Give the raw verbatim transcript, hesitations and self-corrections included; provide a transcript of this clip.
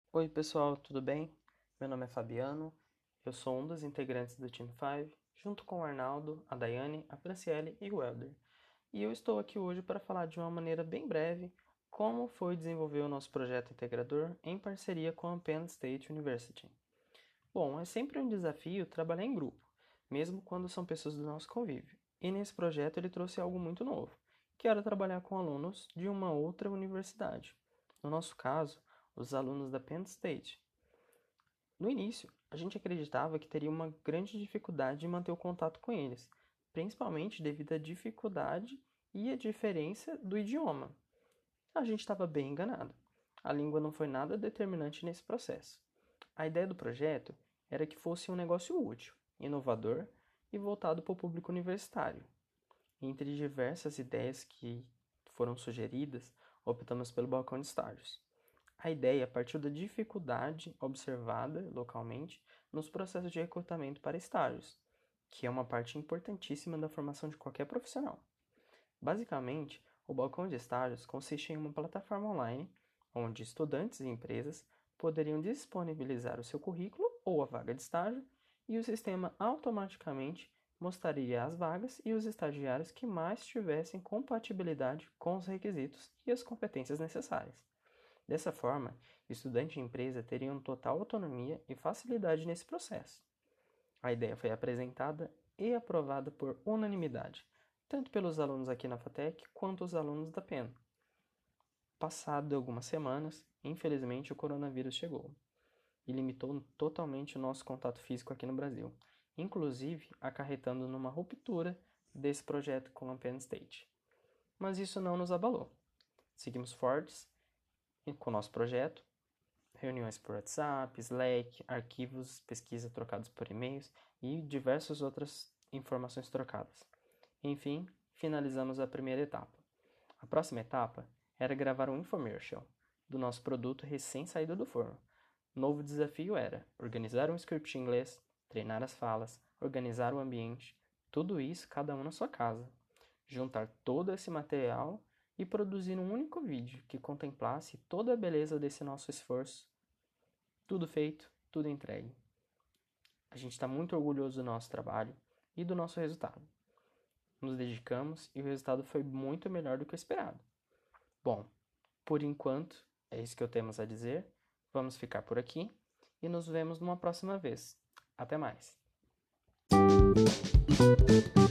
Oi, pessoal, tudo bem? Meu nome é Fabiano, eu sou um dos integrantes do Team cinco, junto com o Arnaldo, a Daiane, a Franciele e o Elder. E eu estou aqui hoje para falar de uma maneira bem breve como foi desenvolver o nosso projeto integrador em parceria com a Penn State University. Bom, é sempre um desafio trabalhar em grupo, mesmo quando são pessoas do nosso convívio. E nesse projeto ele trouxe algo muito novo, que era trabalhar com alunos de uma outra universidade. No nosso caso, os alunos da Penn State. No início, a gente acreditava que teria uma grande dificuldade em manter o contato com eles, principalmente devido à dificuldade e à diferença do idioma. A gente estava bem enganado. A língua não foi nada determinante nesse processo. A ideia do projeto era que fosse um negócio útil, inovador e voltado para o público universitário. Entre diversas ideias que foram sugeridas, optamos pelo balcão de estágios. A ideia partiu da dificuldade observada localmente nos processos de recrutamento para estágios, que é uma parte importantíssima da formação de qualquer profissional. Basicamente, o balcão de estágios consiste em uma plataforma online onde estudantes e empresas poderiam disponibilizar o seu currículo ou a vaga de estágio e o sistema automaticamente mostraria as vagas e os estagiários que mais tivessem compatibilidade com os requisitos e as competências necessárias. Dessa forma, estudante e empresa teriam total autonomia e facilidade nesse processo. A ideia foi apresentada e aprovada por unanimidade, tanto pelos alunos aqui na FATEC quanto os alunos da Penn. Passado algumas semanas, infelizmente o coronavírus chegou e limitou totalmente o nosso contato físico aqui no Brasil, inclusive acarretando numa ruptura desse projeto com a Penn State. Mas isso não nos abalou. Seguimos fortes com o nosso projeto, reuniões por WhatsApp, Slack, arquivos, pesquisa trocados por e-mails e diversas outras informações trocadas. Enfim, finalizamos a primeira etapa. A próxima etapa era gravar um infomercial do nosso produto recém-saído do forno. Novo desafio era organizar um script em inglês, treinar as falas, organizar o ambiente, tudo isso cada um na sua casa. Juntar todo esse material e produzir um único vídeo que contemplasse toda a beleza desse nosso esforço. Tudo feito, tudo entregue. A gente está muito orgulhoso do nosso trabalho e do nosso resultado. Nos dedicamos e o resultado foi muito melhor do que o esperado. Bom, por enquanto, é isso que eu temos a dizer. Vamos ficar por aqui e nos vemos numa próxima vez. Até mais!